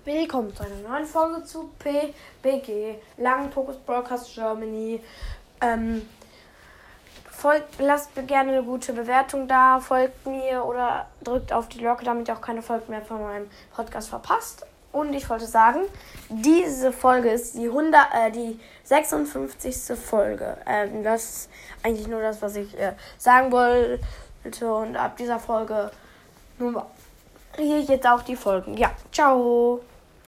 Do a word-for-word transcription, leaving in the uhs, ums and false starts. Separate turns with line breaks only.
Willkommen zu einer neuen Folge zu P B G, Lang Pokus Broadcast Germany. Ähm, folgt, lasst mir gerne eine gute Bewertung da, folgt mir oder drückt auf die Glocke, damit ihr auch keine Folge mehr von meinem Podcast verpasst. Und ich wollte sagen, diese Folge ist die, hundert, äh, die sechsundfünfzigste Folge. Ähm, das ist eigentlich nur das, was ich äh, sagen wollte. Und ab dieser Folge nun hier jetzt auch die Folgen. Ja, ciao.